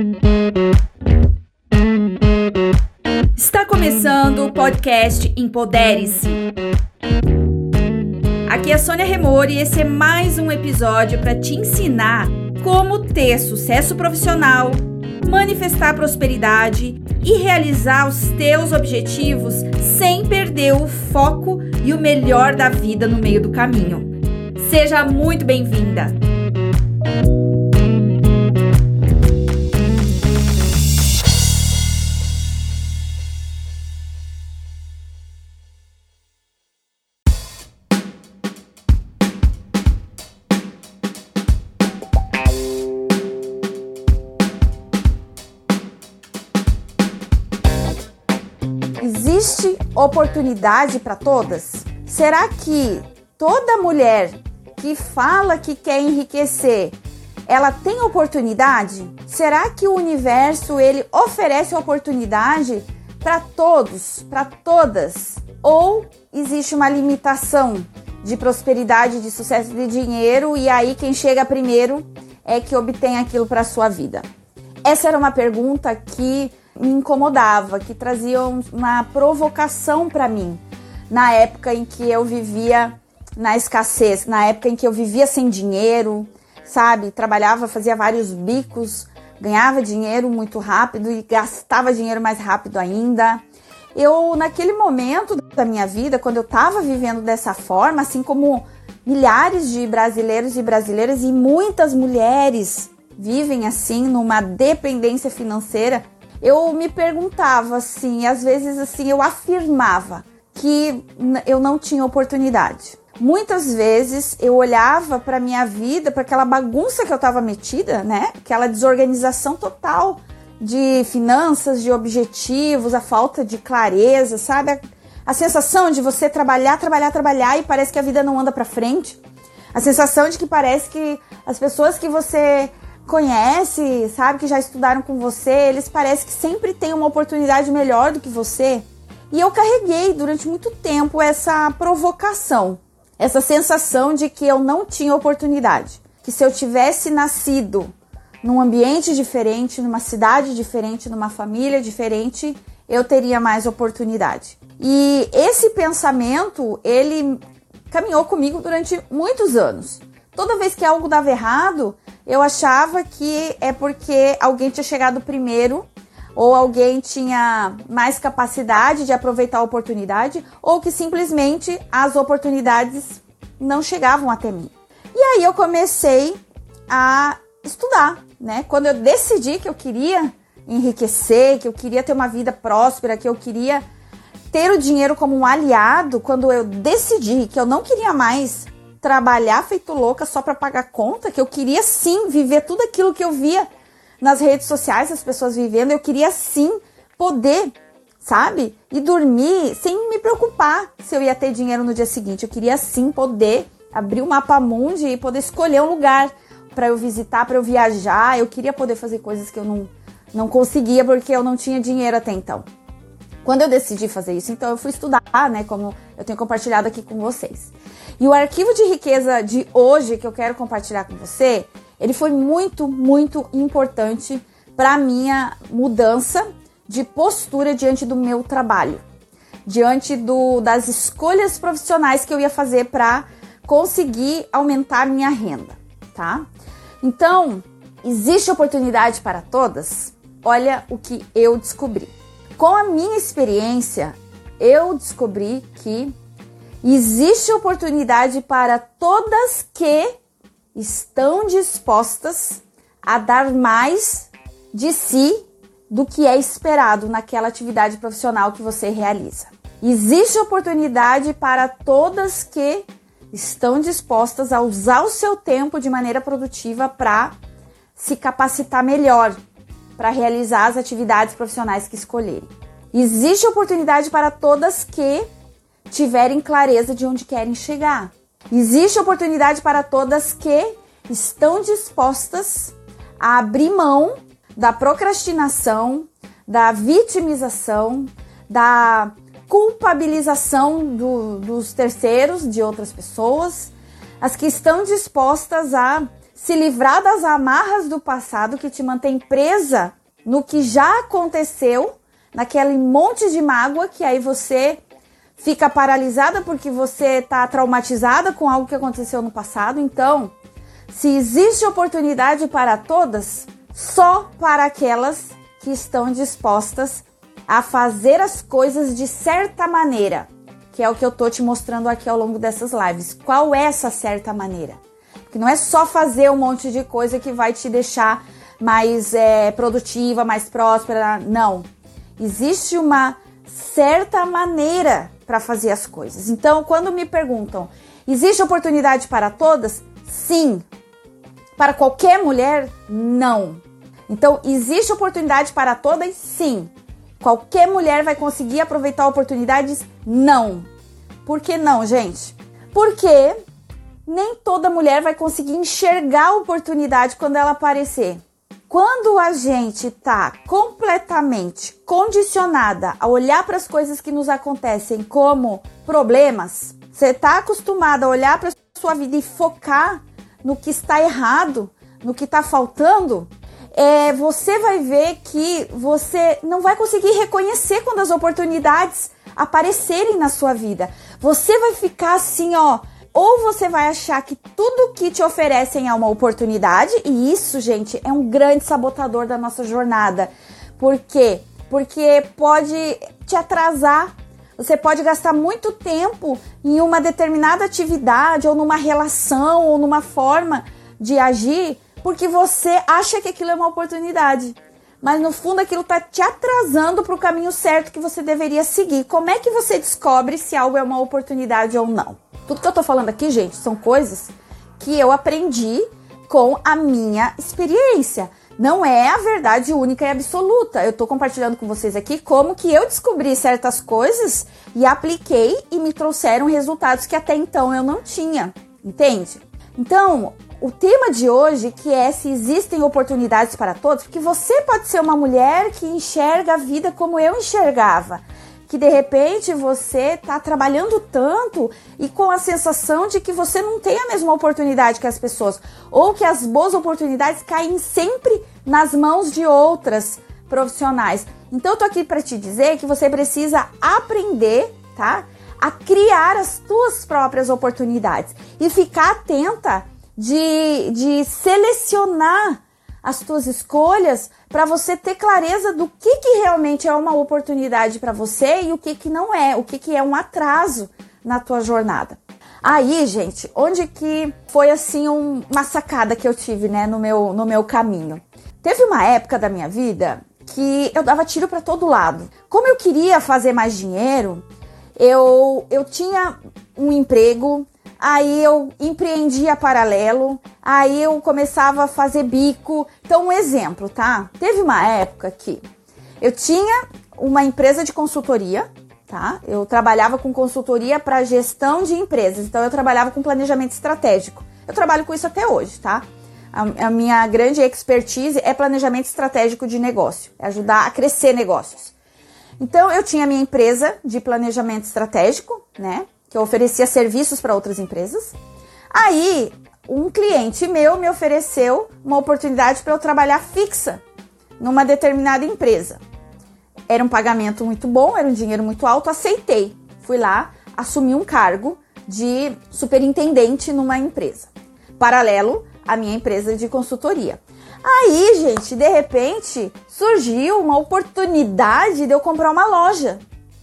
Está começando o podcast Empodere-se. Aqui é a Sônia Remori e esse é mais um episódio para te ensinar como ter sucesso profissional, manifestar prosperidade e realizar os teus objetivos sem perder o foco e o melhor da vida no meio do caminho. Seja muito bem-vinda! Existe oportunidade para todas? Será que toda mulher que fala que quer enriquecer, ela tem oportunidade? Será que o universo ele oferece oportunidade para todos, para todas? Ou existe uma limitação de prosperidade, de sucesso, de dinheiro e aí quem chega primeiro é que obtém aquilo para a sua vida? Essa era uma pergunta que me incomodava, que trazia uma provocação para mim na época em que eu vivia na escassez, na época em que eu vivia sem dinheiro, sabe? Trabalhava, fazia vários bicos, ganhava dinheiro muito rápido e gastava dinheiro mais rápido ainda. Eu, naquele momento da minha vida, quando eu estava vivendo dessa forma, assim como milhares de brasileiros e brasileiras e muitas mulheres vivem assim, numa dependência financeira, eu me perguntava assim, às vezes assim, eu afirmava que eu não tinha oportunidade. Muitas vezes eu olhava para minha vida, para aquela bagunça que eu estava metida, né? Aquela desorganização total de finanças, de objetivos, a falta de clareza, sabe? A sensação de você trabalhar e parece que a vida não anda para frente. A sensação de que parece que as pessoas que você conhece, sabe, que já estudaram com você, eles parecem que sempre têm uma oportunidade melhor do que você. E eu carreguei durante muito tempo essa provocação, essa sensação de que eu não tinha oportunidade. Que se eu tivesse nascido num ambiente diferente, numa cidade diferente, numa família diferente, eu teria mais oportunidade. E esse pensamento, ele caminhou comigo durante muitos anos. Toda vez que algo dava errado, eu achava que é porque alguém tinha chegado primeiro, ou alguém tinha mais capacidade de aproveitar a oportunidade, ou que simplesmente as oportunidades não chegavam até mim. E aí eu comecei a estudar, né? Quando eu decidi que eu queria enriquecer, que eu queria ter uma vida próspera, que eu queria ter o dinheiro como um aliado, quando eu decidi que eu não queria mais trabalhar feito louca só para pagar conta, que eu queria sim viver tudo aquilo que eu via nas redes sociais, as pessoas vivendo, eu queria sim poder, sabe? E dormir sem me preocupar se eu ia ter dinheiro no dia seguinte. Eu queria sim poder abrir o mapa mundi e poder escolher um lugar para eu visitar, para eu viajar. Eu queria poder fazer coisas que eu não conseguia porque eu não tinha dinheiro até então. Quando eu decidi fazer isso, então eu fui estudar, né, como eu tenho compartilhado aqui com vocês. E o arquivo de riqueza de hoje que eu quero compartilhar com você, ele foi muito, muito importante para a minha mudança de postura diante do meu trabalho, diante das escolhas profissionais que eu ia fazer para conseguir aumentar a minha renda, tá? Então, existe oportunidade para todas? Olha o que eu descobri. Com a minha experiência, eu descobri que existe oportunidade para todas que estão dispostas a dar mais de si do que é esperado naquela atividade profissional que você realiza. Existe oportunidade para todas que estão dispostas a usar o seu tempo de maneira produtiva para se capacitar melhor, para realizar as atividades profissionais que escolherem. Existe oportunidade para todas que tiverem clareza de onde querem chegar. Existe oportunidade para todas que estão dispostas a abrir mão da procrastinação, da vitimização, da culpabilização dos terceiros, de outras pessoas, as que estão dispostas a se livrar das amarras do passado que te mantém presa no que já aconteceu, naquele monte de mágoa que aí você fica paralisada porque você está traumatizada com algo que aconteceu no passado. Então, se existe oportunidade para todas, só para aquelas que estão dispostas a fazer as coisas de certa maneira, que é o que eu tô te mostrando aqui ao longo dessas lives. Qual é essa certa maneira? Porque não é só fazer um monte de coisa que vai te deixar mais produtiva, mais próspera, não. Existe uma certa maneira para fazer as coisas. Então, quando me perguntam, existe oportunidade para todas? Sim. Para qualquer mulher? Não. Então, existe oportunidade para todas? Sim. Qualquer mulher vai conseguir aproveitar oportunidades? Não. Por que não, gente? Porque nem toda mulher vai conseguir enxergar a oportunidade quando ela aparecer. Quando a gente está completamente condicionada a olhar para as coisas que nos acontecem como problemas, você está acostumada a olhar para a sua vida e focar no que está errado, no que está faltando, você vai ver que você não vai conseguir reconhecer quando as oportunidades aparecerem na sua vida. Você vai ficar assim, ou você vai achar que tudo que te oferecem é uma oportunidade, e isso, gente, é um grande sabotador da nossa jornada. Por quê? Porque pode te atrasar. Você pode gastar muito tempo em uma determinada atividade, ou numa relação, ou numa forma de agir, porque você acha que aquilo é uma oportunidade. Mas no fundo aquilo está te atrasando para o caminho certo que você deveria seguir. Como é que você descobre se algo é uma oportunidade ou não? Tudo que eu tô falando aqui, gente, são coisas que eu aprendi com a minha experiência. Não é a verdade única e absoluta. Eu tô compartilhando com vocês aqui como que eu descobri certas coisas e apliquei e me trouxeram resultados que até então eu não tinha. Entende? Então, o tema de hoje que é se existem oportunidades para todos, porque você pode ser uma mulher que enxerga a vida como eu enxergava. Que de repente você está trabalhando tanto e com a sensação de que você não tem a mesma oportunidade que as pessoas, ou que as boas oportunidades caem sempre nas mãos de outras profissionais. Então eu tô aqui para te dizer que você precisa aprender, tá? A criar as tuas próprias oportunidades e ficar atenta de selecionar as tuas escolhas para você ter clareza do que realmente é uma oportunidade para você e o que não é, o que é um atraso na tua jornada. Aí, gente, onde que foi assim uma sacada que eu tive, né, no meu caminho? Teve uma época da minha vida que eu dava tiro para todo lado. Como eu queria fazer mais dinheiro, eu tinha um emprego, aí eu empreendia paralelo, aí eu começava a fazer bico. Então, um exemplo, tá? Teve uma época que eu tinha uma empresa de consultoria, tá? Eu trabalhava com consultoria para gestão de empresas, então eu trabalhava com planejamento estratégico. Eu trabalho com isso até hoje, tá? A minha grande expertise é planejamento estratégico de negócio, é ajudar a crescer negócios. Então, eu tinha a minha empresa de planejamento estratégico, né? Que eu oferecia serviços para outras empresas. Aí, um cliente meu me ofereceu uma oportunidade para eu trabalhar fixa numa determinada empresa. Era um pagamento muito bom, era um dinheiro muito alto, aceitei. Fui lá, assumi um cargo de superintendente numa empresa, paralelo à minha empresa de consultoria. Aí, gente, de repente, surgiu uma oportunidade de eu comprar uma loja.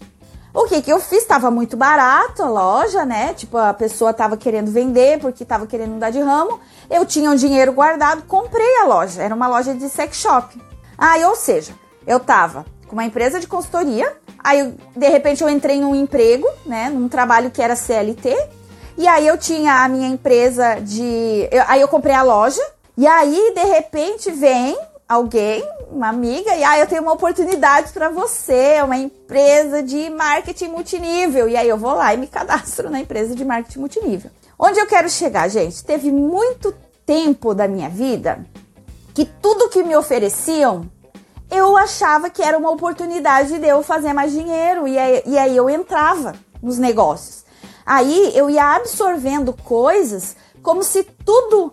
O que eu fiz? Tava muito barato a loja, né? Tipo, a pessoa tava querendo vender porque tava querendo mudar de ramo. Eu tinha um dinheiro guardado, comprei a loja. Era uma loja de sex shop. Aí, ou seja, eu tava com uma empresa de consultoria. Aí, de repente, eu entrei num emprego, né? Num trabalho que era CLT. E aí, eu tinha a minha empresa aí, eu comprei a loja. E aí, de repente, vem alguém, uma amiga, e eu tenho uma oportunidade para você, uma empresa de marketing multinível. E aí eu vou lá e me cadastro na empresa de marketing multinível. Onde eu quero chegar, gente? Teve muito tempo da minha vida que tudo que me ofereciam, eu achava que era uma oportunidade de eu fazer mais dinheiro. E aí eu entrava nos negócios. Aí eu ia absorvendo coisas como se tudo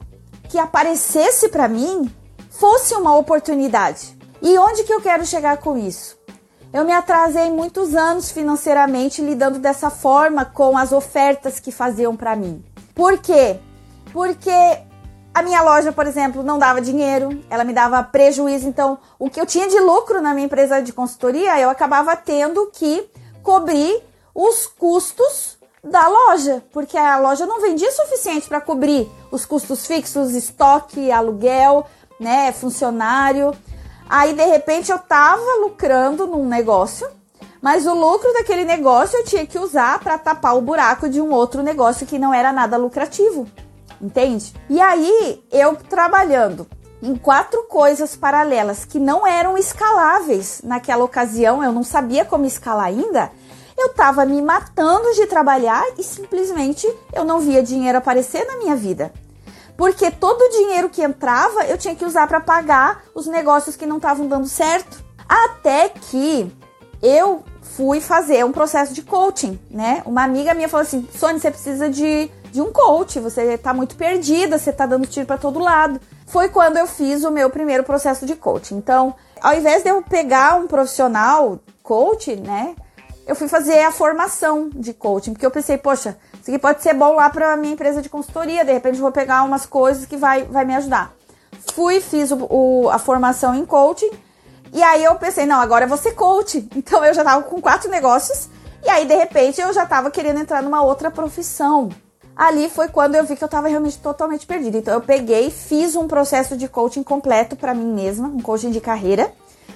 que aparecesse para mim fosse uma oportunidade. E onde que eu quero chegar com isso? Eu me atrasei muitos anos financeiramente lidando dessa forma com as ofertas que faziam para mim. Por quê? Porque a minha loja, por exemplo, não dava dinheiro, ela me dava prejuízo. Então, o que eu tinha de lucro na minha empresa de consultoria, eu acabava tendo que cobrir os custos da loja, porque a loja não vendia o suficiente para cobrir os custos fixos, estoque, aluguel, né, funcionário. Aí, de repente, eu tava lucrando num negócio, mas o lucro daquele negócio eu tinha que usar para tapar o buraco de um outro negócio que não era nada lucrativo, entende? E aí, eu trabalhando em 4 coisas paralelas que não eram escaláveis naquela ocasião, eu não sabia como escalar ainda, eu tava me matando de trabalhar e simplesmente eu não via dinheiro aparecer na minha vida. Porque todo o dinheiro que entrava, eu tinha que usar para pagar os negócios que não estavam dando certo. Até que eu fui fazer um processo de coaching, né? Uma amiga minha falou assim, Sônia, você precisa de um coach, você tá muito perdida, você tá dando tiro para todo lado. Foi quando eu fiz o meu primeiro processo de coaching. Então, ao invés de eu pegar um profissional coach, né? Eu fui fazer a formação de coaching, porque eu pensei, poxa, isso aqui pode ser bom lá para minha empresa de consultoria, de repente eu vou pegar umas coisas que vai me ajudar. Fiz a formação em coaching, e aí eu pensei, não, agora eu vou ser coach. Então eu já tava com 4 negócios, e aí de repente eu já tava querendo entrar numa outra profissão. Ali foi quando eu vi que eu tava realmente totalmente perdida. Então eu peguei, fiz um processo de coaching completo para mim mesma, um coaching de carreira,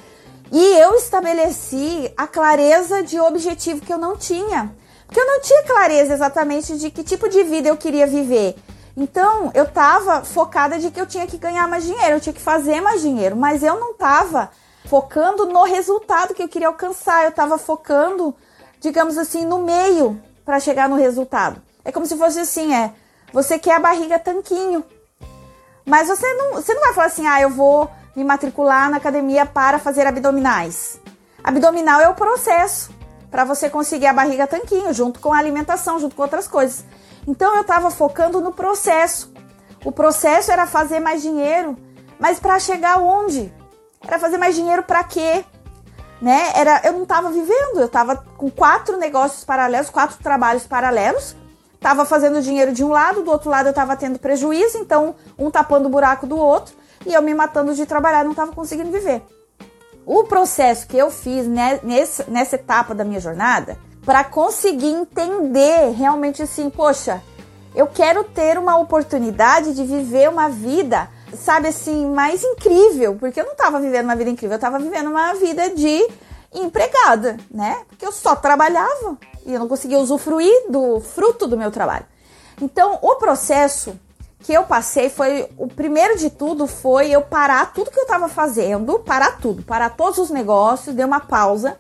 e eu estabeleci a clareza de objetivo que eu não tinha. Porque eu não tinha clareza exatamente de que tipo de vida eu queria viver. Então, eu tava focada de que eu tinha que ganhar mais dinheiro, eu tinha que fazer mais dinheiro. Mas eu não tava focando no resultado que eu queria alcançar. Eu tava focando, digamos assim, no meio para chegar no resultado. É como se fosse assim, você quer a barriga tanquinho. Mas você não vai falar assim, eu vou me matricular na academia para fazer abdominais. Abdominal é o processo para você conseguir a barriga tanquinho, junto com a alimentação, junto com outras coisas. Então eu estava focando no processo. O processo era fazer mais dinheiro, mas para chegar onde? Era fazer mais dinheiro para quê? Né? Eu não estava vivendo, eu estava com 4 negócios paralelos, 4 trabalhos paralelos, estava fazendo dinheiro de um lado, do outro lado eu estava tendo prejuízo, então um tapando o buraco do outro, e eu me matando de trabalhar, não estava conseguindo viver. O processo que eu fiz nessa etapa da minha jornada, para conseguir entender realmente assim, poxa, eu quero ter uma oportunidade de viver uma vida, sabe assim, mais incrível, porque eu não estava vivendo uma vida incrível, eu estava vivendo uma vida de empregada, né? Porque eu só trabalhava e eu não conseguia usufruir do fruto do meu trabalho. Então, o processo que eu passei o primeiro de tudo foi eu parar tudo que eu estava fazendo, parar todos os negócios, dei uma pausa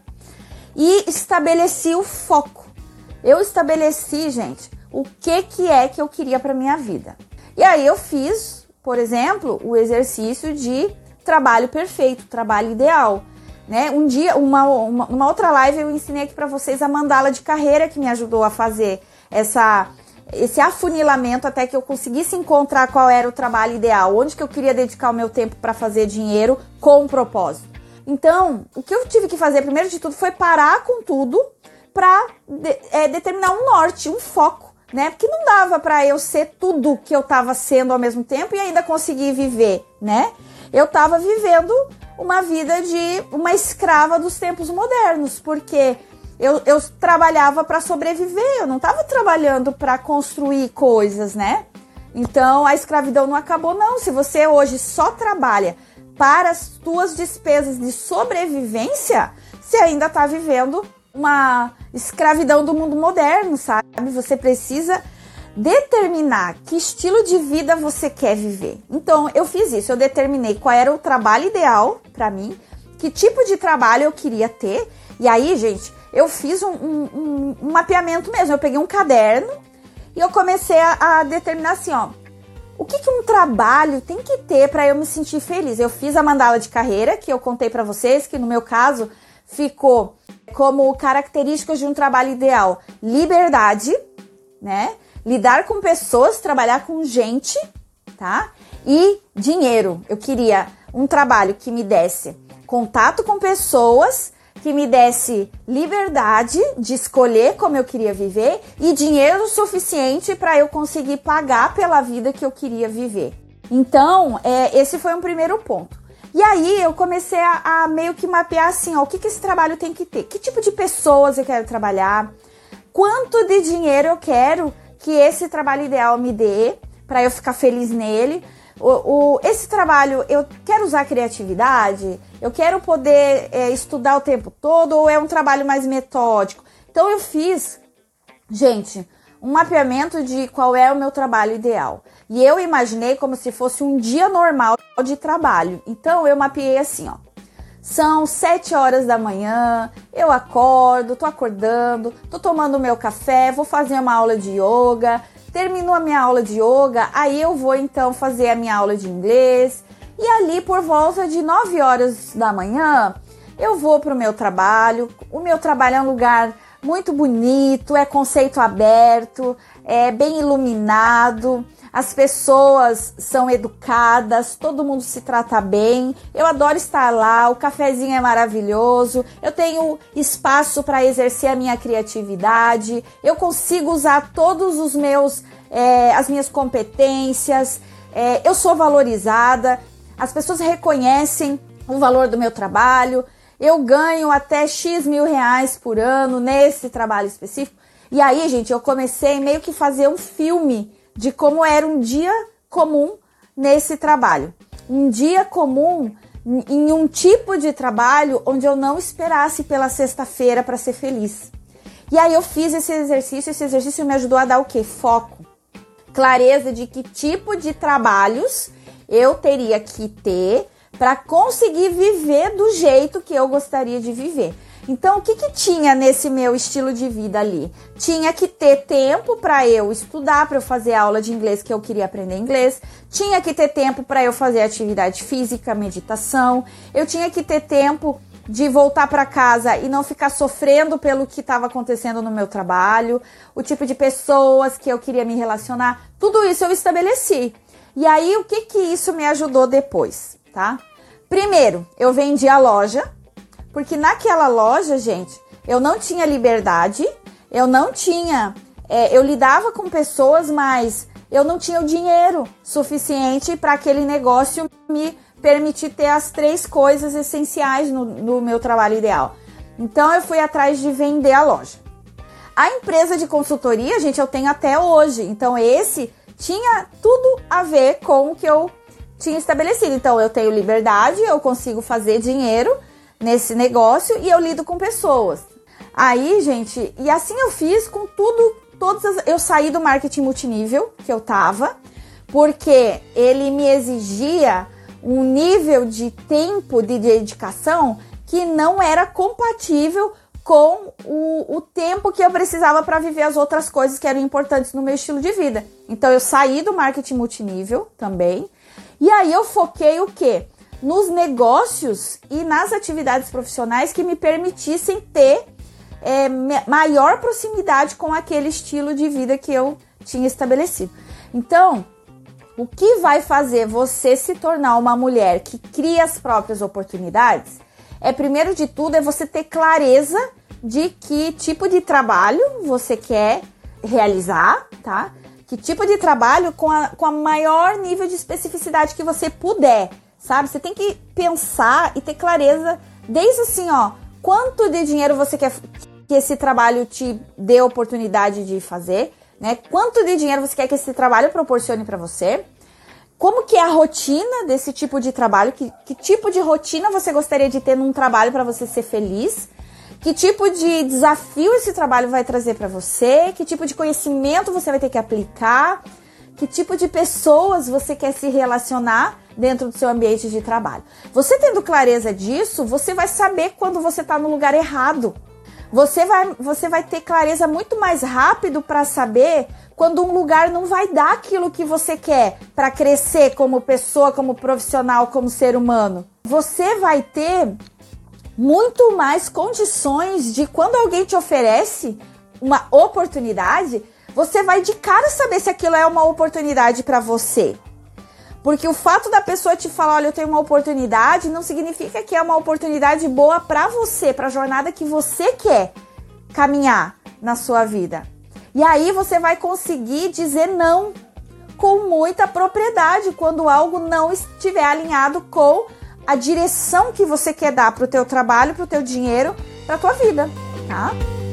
e estabeleci o foco. Eu estabeleci, gente, o que é que eu queria para minha vida. E aí eu fiz, por exemplo, o exercício de trabalho perfeito, trabalho ideal, né? Um dia, uma outra live eu ensinei aqui para vocês a mandala de carreira que me ajudou a fazer esse afunilamento até que eu conseguisse encontrar qual era o trabalho ideal, onde que eu queria dedicar o meu tempo para fazer dinheiro com um propósito. Então, o que eu tive que fazer primeiro de tudo foi parar com tudo para determinar um norte, um foco, né? Porque não dava para eu ser tudo que eu estava sendo ao mesmo tempo e ainda conseguir viver, né? Eu estava vivendo uma vida de uma escrava dos tempos modernos, porque eu trabalhava para sobreviver, eu não estava trabalhando para construir coisas, né? Então, a escravidão não acabou, não. Se você hoje só trabalha para as suas despesas de sobrevivência, você ainda está vivendo uma escravidão do mundo moderno, sabe? Você precisa determinar que estilo de vida você quer viver. Então, eu fiz isso. Eu determinei qual era o trabalho ideal para mim, que tipo de trabalho eu queria ter. E aí, gente, eu fiz um mapeamento mesmo. Eu peguei um caderno e eu comecei a determinar assim, o que um trabalho tem que ter para eu me sentir feliz. Eu fiz a mandala de carreira, que eu contei para vocês, que no meu caso ficou como características de um trabalho ideal: liberdade, né? Lidar com pessoas, trabalhar com gente, tá? e dinheiro. Eu queria um trabalho que me desse contato com pessoas, que me desse liberdade de escolher como eu queria viver e dinheiro suficiente para eu conseguir pagar pela vida que eu queria viver. Então, esse foi um primeiro ponto. E aí eu comecei a meio que mapear assim, ó, o que esse trabalho tem que ter? Que tipo de pessoas eu quero trabalhar? Quanto de dinheiro eu quero que esse trabalho ideal me dê para eu ficar feliz nele? Esse trabalho, eu quero usar criatividade? Eu quero poder estudar o tempo todo ou é um trabalho mais metódico? Então eu fiz, gente, um mapeamento de qual é o meu trabalho ideal. E eu imaginei como se fosse um dia normal de trabalho. Então eu mapeei assim, ó. São 7 horas da manhã, eu acordo, tô acordando, tô tomando meu café, vou fazer uma aula de yoga. Terminou a minha aula de yoga, aí eu vou então fazer a minha aula de inglês. E ali por volta de 9 horas da manhã, eu vou pro meu trabalho. O meu trabalho é um lugar muito bonito, é conceito aberto, é bem iluminado. As pessoas são educadas, todo mundo se trata bem. Eu adoro estar lá, o cafezinho é maravilhoso. Eu tenho espaço para exercer a minha criatividade. Eu consigo usar todos os meus, as minhas competências. Eu sou valorizada. As pessoas reconhecem o valor do meu trabalho. Eu ganho até X mil reais por ano nesse trabalho específico. E aí, gente, eu comecei meio que fazer um filme de como era um dia comum nesse trabalho. Um dia comum em um tipo de trabalho onde eu não esperasse pela sexta-feira para ser feliz. E aí eu fiz esse exercício me ajudou a dar o quê? Foco. Clareza de que tipo de trabalhos eu teria que ter para conseguir viver do jeito que eu gostaria de viver. Então, o que tinha nesse meu estilo de vida ali? Tinha que ter tempo para eu estudar, para eu fazer aula de inglês, que eu queria aprender inglês. Tinha que ter tempo para eu fazer atividade física, meditação. Eu tinha que ter tempo de voltar para casa e não ficar sofrendo pelo que estava acontecendo no meu trabalho. O tipo de pessoas que eu queria me relacionar. Tudo isso eu estabeleci. E aí, o que isso me ajudou depois, tá? Primeiro, eu vendi a loja. Porque naquela loja, gente, eu não tinha liberdade, eu não tinha... eu lidava com pessoas, mas eu não tinha o dinheiro suficiente para aquele negócio me permitir ter as 3 coisas essenciais no meu trabalho ideal. Então, eu fui atrás de vender a loja. A empresa de consultoria, gente, eu tenho até hoje. Então, esse tinha tudo a ver com o que eu tinha estabelecido. Então, eu tenho liberdade, eu consigo fazer dinheiro nesse negócio e eu lido com pessoas. Aí, gente, e assim eu fiz com tudo, eu saí do marketing multinível que eu tava, porque ele me exigia um nível de tempo de dedicação que não era compatível com o tempo que eu precisava para viver as outras coisas que eram importantes no meu estilo de vida. Então eu saí do marketing multinível também, e aí eu foquei o quê? Nos negócios e nas atividades profissionais que me permitissem ter maior proximidade com aquele estilo de vida que eu tinha estabelecido. Então, o que vai fazer você se tornar uma mulher que cria as próprias oportunidades primeiro de tudo, é você ter clareza de que tipo de trabalho você quer realizar, tá? Que tipo de trabalho com a maior nível de especificidade que você puder. Sabe? Você tem que pensar e ter clareza desde assim, ó, quanto de dinheiro você quer que esse trabalho te dê oportunidade de fazer, né? Quanto de dinheiro você quer que esse trabalho proporcione para você? Como que é a rotina desse tipo de trabalho? Que tipo de rotina você gostaria de ter num trabalho para você ser feliz? Que tipo de desafio esse trabalho vai trazer para você? Que tipo de conhecimento você vai ter que aplicar? Que tipo de pessoas você quer se relacionar dentro do seu ambiente de trabalho? Você tendo clareza disso, você vai saber quando você está no lugar errado. Você vai ter clareza muito mais rápido para saber quando um lugar não vai dar aquilo que você quer para crescer como pessoa, como profissional, como ser humano. Você vai ter muito mais condições de, quando alguém te oferece uma oportunidade, você vai de cara saber se aquilo é uma oportunidade para você. Porque o fato da pessoa te falar, olha, eu tenho uma oportunidade, não significa que é uma oportunidade boa para você, para a jornada que você quer caminhar na sua vida. E aí você vai conseguir dizer não com muita propriedade quando algo não estiver alinhado com a direção que você quer dar para o teu trabalho, para o teu dinheiro, para a tua vida, tá?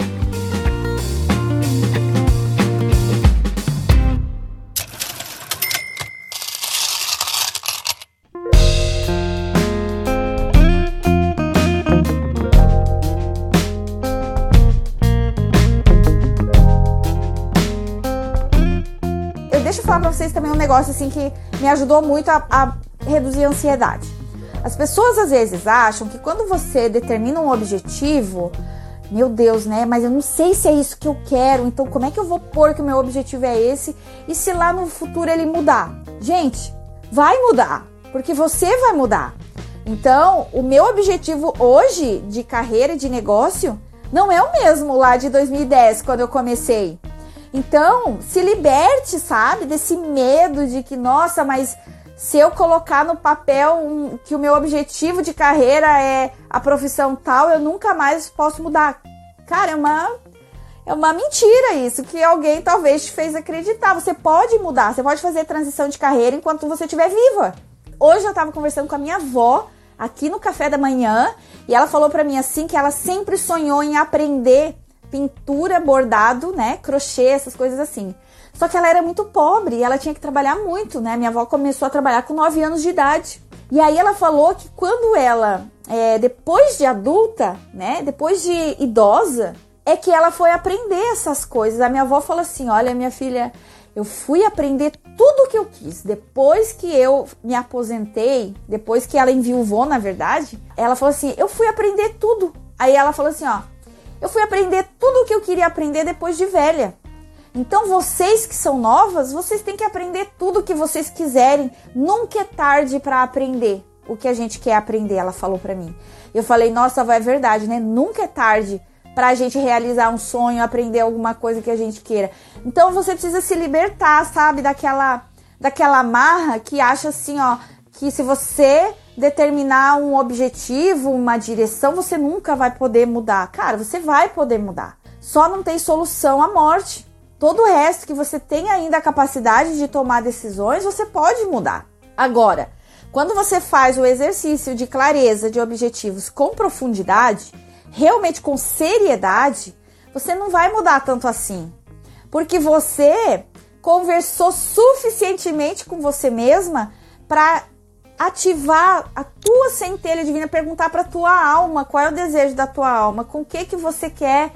Deixa eu falar pra vocês também um negócio assim que me ajudou muito a reduzir a ansiedade. As pessoas às vezes acham que quando você determina um objetivo, meu Deus, né? Mas eu não sei se é isso que eu quero, então como é que eu vou pôr que o meu objetivo é esse? E se lá no futuro ele mudar? Gente, vai mudar, porque você vai mudar. Então, o meu objetivo hoje de carreira e de negócio não é o mesmo lá de 2010, quando eu comecei. Então, se liberte, sabe, desse medo de que, nossa, mas se eu colocar no papel que o meu objetivo de carreira é a profissão tal, eu nunca mais posso mudar. Cara, é uma mentira isso, que alguém talvez te fez acreditar. Você pode mudar, você pode fazer transição de carreira enquanto você estiver viva. Hoje eu estava conversando com a minha avó, aqui no café da manhã, e ela falou pra mim assim, que ela sempre sonhou em aprender pintura, bordado, né, crochê, essas coisas assim. Só que ela era muito pobre e ela tinha que trabalhar muito, né? Minha avó começou a trabalhar com 9 anos de idade. E aí ela falou que quando ela, depois de adulta, né, depois de idosa, é que ela foi aprender essas coisas. A minha avó falou assim, olha, minha filha, eu fui aprender tudo o que eu quis. Depois que eu me aposentei, depois que ela enviuvou, na verdade, ela falou assim, eu fui aprender tudo. Aí ela falou assim, ó, eu fui aprender tudo o que eu queria aprender depois de velha. Então vocês que são novas, vocês têm que aprender tudo o que vocês quiserem. Nunca é tarde para aprender o que a gente quer aprender, ela falou para mim. Eu falei, nossa, é verdade, né? Nunca é tarde para a gente realizar um sonho, aprender alguma coisa que a gente queira. Então você precisa se libertar, sabe? Daquela amarra que acha assim, ó, que se você determinar um objetivo, uma direção, você nunca vai poder mudar. Cara, você vai poder mudar. Só não tem solução à morte. Todo o resto que você tem ainda a capacidade de tomar decisões, você pode mudar. Agora, quando você faz o exercício de clareza de objetivos com profundidade, realmente com seriedade, você não vai mudar tanto assim. Porque você conversou suficientemente com você mesma para ativar a tua centelha divina, perguntar para a tua alma qual é o desejo da tua alma, com o que você quer,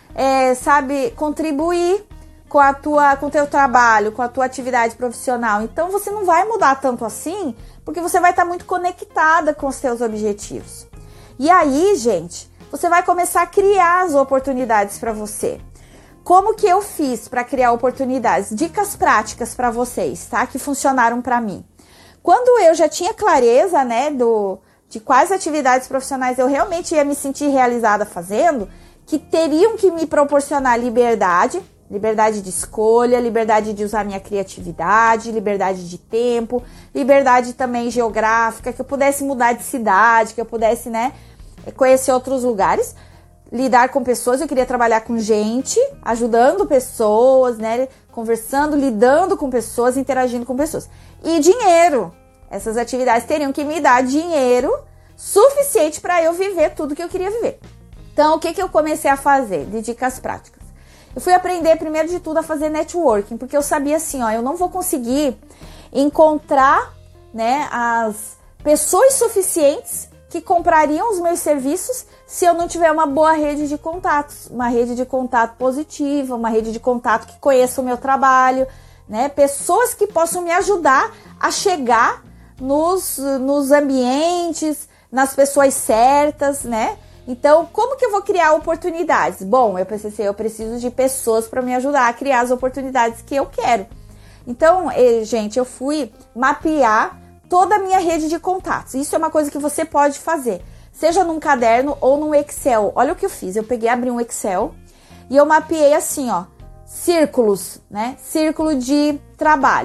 contribuir com o teu trabalho, com a tua atividade profissional. Então você não vai mudar tanto assim, porque você vai estar muito conectada com os teus objetivos. E aí, gente, você vai começar a criar as oportunidades para você. Como que eu fiz para criar oportunidades? Dicas práticas para vocês, tá? Que funcionaram para mim. Quando eu já tinha clareza, né, de quais atividades profissionais eu realmente ia me sentir realizada fazendo, que teriam que me proporcionar liberdade de escolha, liberdade de usar minha criatividade, liberdade de tempo, liberdade também geográfica, que eu pudesse mudar de cidade, que eu pudesse, né, conhecer outros lugares, lidar com pessoas. Eu queria trabalhar com gente, ajudando pessoas, né, conversando, lidando com pessoas, interagindo com pessoas. E dinheiro. Essas atividades teriam que me dar dinheiro suficiente para eu viver tudo que eu queria viver. Então, o que eu comecei a fazer de dicas práticas? Eu fui aprender, primeiro de tudo, a fazer networking, porque eu sabia assim, ó, eu não vou conseguir encontrar, né, as pessoas suficientes que comprariam os meus serviços se eu não tiver uma boa rede de contatos, uma rede de contato positiva, uma rede de contato que conheça o meu trabalho, né, pessoas que possam me ajudar a chegar nos ambientes, nas pessoas certas, né? Então, como que eu vou criar oportunidades? Bom, eu pensei, eu preciso de pessoas para me ajudar a criar as oportunidades que eu quero. Então, gente, eu fui mapear toda a minha rede de contatos. Isso é uma coisa que você pode fazer, seja num caderno ou num Excel. Olha o que eu fiz, eu abri um Excel e eu mapeei assim, ó, círculos, né? Círculo de trabalho.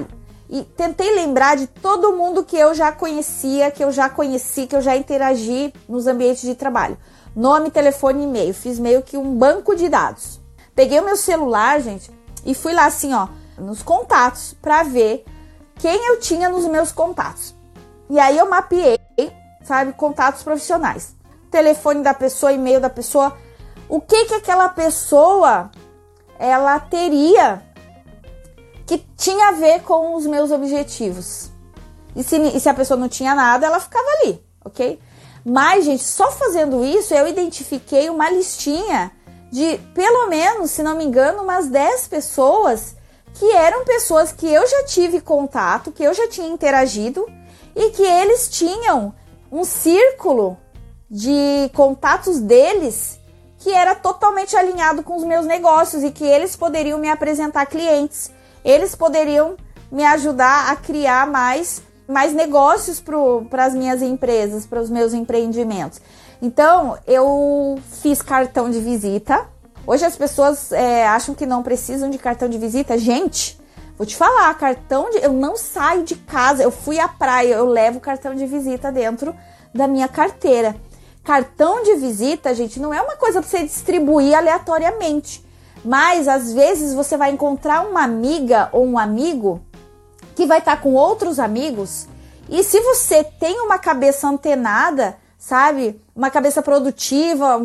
e tentei lembrar de todo mundo que eu já conhecia, que eu já conheci, que eu já interagi nos ambientes de trabalho. Nome, telefone e e-mail. Fiz meio que um banco de dados. Peguei o meu celular, gente, e fui lá assim, ó, nos contatos, pra ver quem eu tinha nos meus contatos. E aí eu mapeei, sabe, contatos profissionais. Telefone da pessoa, e-mail da pessoa. O que aquela pessoa, ela teria que tinha a ver com os meus objetivos. E se a pessoa não tinha nada, ela ficava ali, ok? Mas, gente, só fazendo isso, eu identifiquei uma listinha de, pelo menos, se não me engano, umas 10 pessoas que eram pessoas que eu já tive contato, que eu já tinha interagido e que eles tinham um círculo de contatos deles que era totalmente alinhado com os meus negócios e que eles poderiam me apresentar clientes, eles poderiam me ajudar a criar mais negócios para as minhas empresas, para os meus empreendimentos. Então, eu fiz cartão de visita. Hoje as pessoas acham que não precisam de cartão de visita. Gente, vou te falar, eu não saio de casa, eu fui à praia, eu levo cartão de visita dentro da minha carteira. Cartão de visita, gente, não é uma coisa para você distribuir aleatoriamente, mas às vezes você vai encontrar uma amiga ou um amigo que vai estar com outros amigos, e se você tem uma cabeça antenada, sabe, uma cabeça produtiva,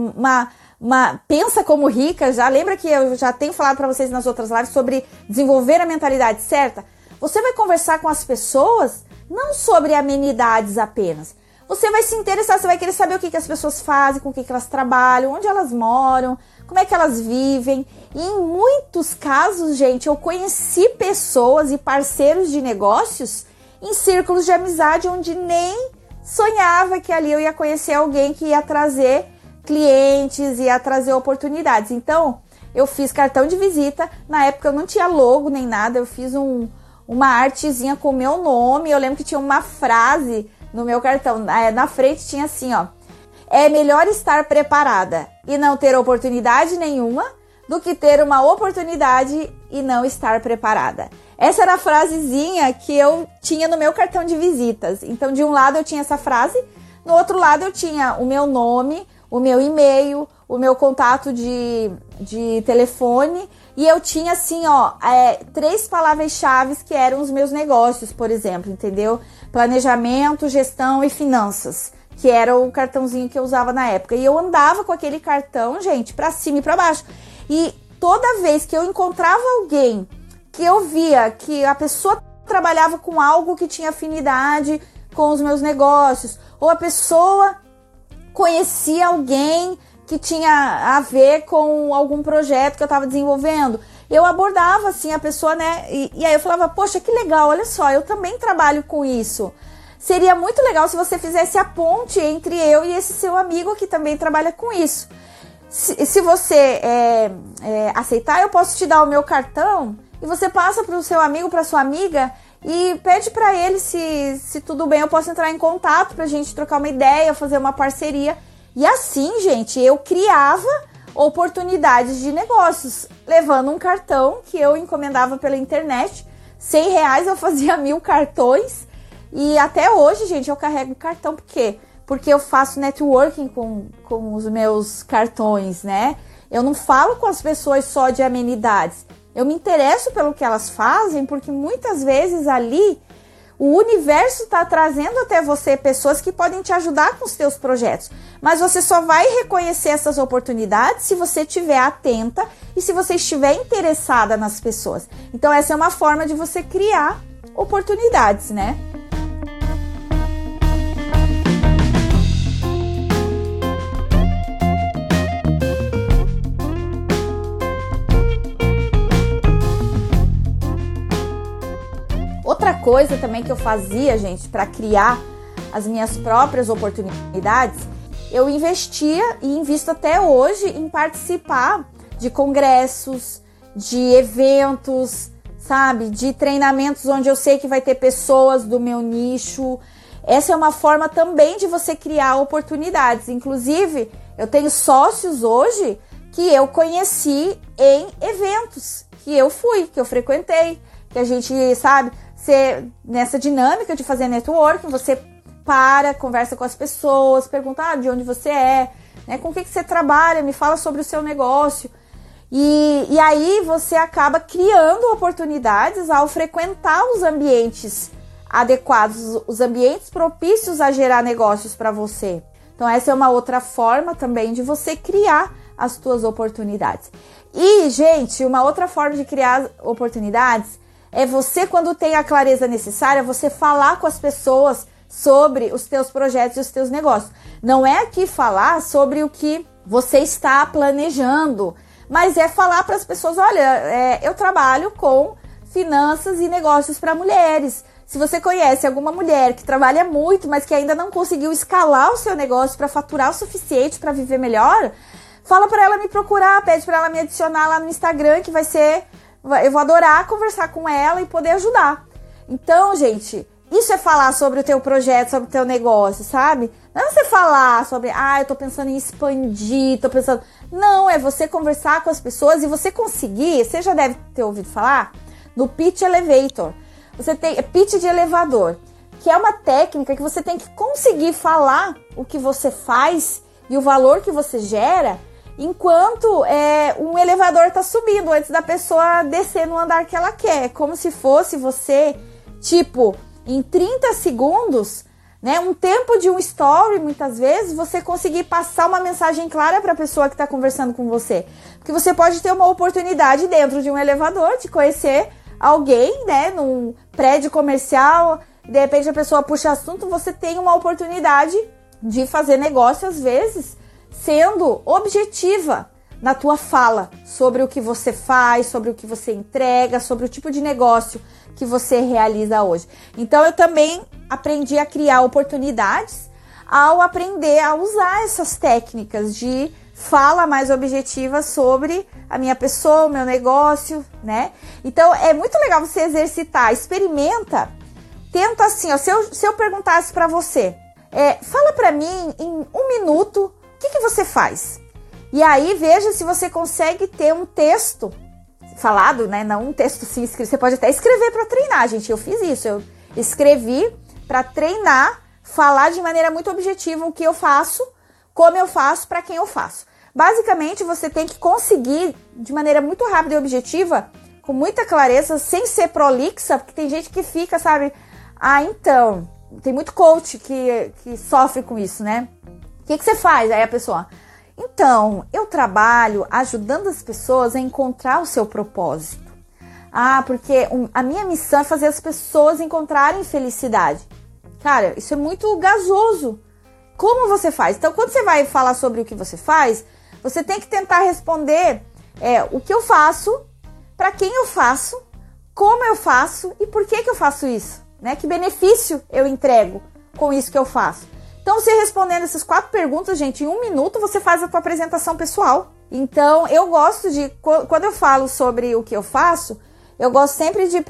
pensa como rica, já lembra que eu já tenho falado para vocês nas outras lives sobre desenvolver a mentalidade certa? Você vai conversar com as pessoas não sobre amenidades apenas. Você vai se interessar, você vai querer saber o que as pessoas fazem, com o que elas trabalham, onde elas moram, como é que elas vivem. E em muitos casos, gente, eu conheci pessoas e parceiros de negócios em círculos de amizade onde nem sonhava que ali eu ia conhecer alguém que ia trazer clientes, ia trazer oportunidades. Então, eu fiz cartão de visita. Na época eu não tinha logo nem nada, eu fiz uma artezinha com o meu nome. Eu lembro que tinha uma frase no meu cartão, na frente tinha assim, ó: é melhor estar preparada e não ter oportunidade nenhuma do que ter uma oportunidade e não estar preparada. Essa era a frasezinha que eu tinha no meu cartão de visitas. Então, de um lado eu tinha essa frase, no outro lado eu tinha o meu nome, o meu e-mail, o meu contato de telefone, e eu tinha assim, ó, 3 palavras-chave que eram os meus negócios, por exemplo, entendeu? Planejamento, gestão e finanças, que era o cartãozinho que eu usava na época. E eu andava com aquele cartão, gente, pra cima e pra baixo. E toda vez que eu encontrava alguém que eu via que a pessoa trabalhava com algo que tinha afinidade com os meus negócios, ou a pessoa conhecia alguém que tinha a ver com algum projeto que eu estava desenvolvendo, eu abordava assim a pessoa, né? E aí eu falava, poxa, que legal, olha só, eu também trabalho com isso. Seria muito legal se você fizesse a ponte entre eu e esse seu amigo que também trabalha com isso. Se você aceitar, eu posso te dar o meu cartão e você passa para o seu amigo, para sua amiga, e pede para ele se tudo bem, eu posso entrar em contato para a gente trocar uma ideia, fazer uma parceria. E assim, gente, eu criava oportunidades de negócios, levando um cartão que eu encomendava pela internet. R$100 eu fazia 1000 cartões. E até hoje, gente, eu carrego cartão. Por quê? Porque eu faço networking com os meus cartões, né? Eu não falo com as pessoas só de amenidades. Eu me interesso pelo que elas fazem, porque muitas vezes ali o universo está trazendo até você pessoas que podem te ajudar com os teus projetos. Mas você só vai reconhecer essas oportunidades se você estiver atenta e se você estiver interessada nas pessoas. Então essa é uma forma de você criar oportunidades, né? Outra coisa também que eu fazia, gente, para criar as minhas próprias oportunidades, eu investia e invisto até hoje em participar de congressos, de eventos, sabe? De treinamentos onde eu sei que vai ter pessoas do meu nicho. Essa é uma forma também de você criar oportunidades. Inclusive, eu tenho sócios hoje que eu conheci em eventos que eu fui, que eu frequentei, que a gente, sabe, nessa dinâmica de fazer networking, você conversa com as pessoas, pergunta de onde você é, né? Com o que você trabalha, me fala sobre o seu negócio. E aí você acaba criando oportunidades ao frequentar os ambientes adequados, os ambientes propícios a gerar negócios para você. Então essa é uma outra forma também de você criar as suas oportunidades. E, gente, uma outra forma de criar oportunidades é você, quando tem a clareza necessária, você falar com as pessoas sobre os teus projetos e os teus negócios. Não é aqui falar sobre o que você está planejando, mas é falar para as pessoas, olha, eu trabalho com finanças e negócios para mulheres. Se você conhece alguma mulher que trabalha muito, mas que ainda não conseguiu escalar o seu negócio para faturar o suficiente para viver melhor, fala para ela me procurar, pede para ela me adicionar lá no Instagram, que eu vou adorar conversar com ela e poder ajudar. Então, gente, isso é falar sobre o teu projeto, sobre o teu negócio, sabe? Não é você falar sobre, eu tô pensando em expandir, Não, é você conversar com as pessoas e você conseguir, você já deve ter ouvido falar, no Pitch Elevator. Você tem pitch de elevador, que é uma técnica que você tem que conseguir falar o que você faz e o valor que você gera enquanto um elevador está subindo, antes da pessoa descer no andar que ela quer. É como se fosse você, em 30 segundos, né, um tempo de um story, muitas vezes, você conseguir passar uma mensagem clara para a pessoa que está conversando com você. Porque você pode ter uma oportunidade dentro de um elevador de conhecer alguém, né, num prédio comercial, de repente a pessoa puxa assunto, você tem uma oportunidade de fazer negócio, às vezes, sendo objetiva na tua fala sobre o que você faz, sobre o que você entrega, sobre o tipo de negócio que você realiza hoje. Então, eu também aprendi a criar oportunidades ao aprender a usar essas técnicas de fala mais objetiva sobre a minha pessoa, o meu negócio, né? Então, é muito legal você exercitar, experimenta, tenta assim, se eu perguntasse para você, fala para mim em 1 minuto, o que você faz? E aí, veja se você consegue ter um texto falado, né? Não um texto sim escrito, você pode até escrever para treinar, gente, eu fiz isso, eu escrevi para treinar, falar de maneira muito objetiva o que eu faço, como eu faço, para quem eu faço. Basicamente, você tem que conseguir, de maneira muito rápida e objetiva, com muita clareza, sem ser prolixa, porque tem gente que fica, sabe? Então, tem muito coach que sofre com isso, né? O que você faz? Aí a pessoa, então, eu trabalho ajudando as pessoas a encontrar o seu propósito. Porque a minha missão é fazer as pessoas encontrarem felicidade. Cara, isso é muito gasoso. Como você faz? Então, quando você vai falar sobre o que você faz, você tem que tentar responder o que eu faço, para quem eu faço, como eu faço e por que eu faço isso, né? Que benefício eu entrego com isso que eu faço. Então, você respondendo essas 4 perguntas, gente, em 1 minuto você faz a tua apresentação pessoal. Então, eu gosto de, quando eu falo sobre o que eu faço, eu gosto sempre de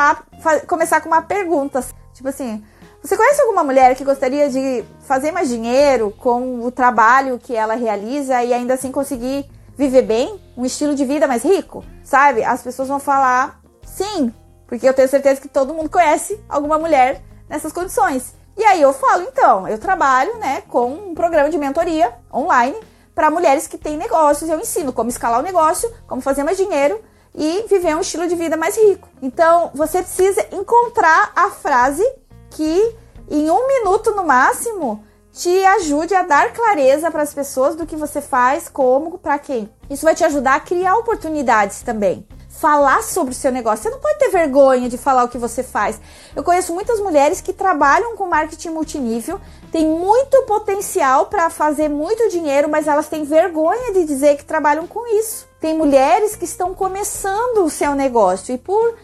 começar com uma pergunta, tipo assim, você conhece alguma mulher que gostaria de fazer mais dinheiro com o trabalho que ela realiza e ainda assim conseguir viver bem? Um estilo de vida mais rico? Sabe? As pessoas vão falar sim, porque eu tenho certeza que todo mundo conhece alguma mulher nessas condições. E aí eu falo, então, eu trabalho, né, com um programa de mentoria online para mulheres que têm negócios. Eu ensino como escalar o negócio, como fazer mais dinheiro e viver um estilo de vida mais rico. Então, você precisa encontrar a frase que em 1 minuto no máximo te ajude a dar clareza para as pessoas do que você faz, como, para quem. Isso vai te ajudar a criar oportunidades também. Falar sobre o seu negócio. Você não pode ter vergonha de falar o que você faz. Eu conheço muitas mulheres que trabalham com marketing multinível, têm muito potencial para fazer muito dinheiro, mas elas têm vergonha de dizer que trabalham com isso. Tem mulheres que estão começando o seu negócio e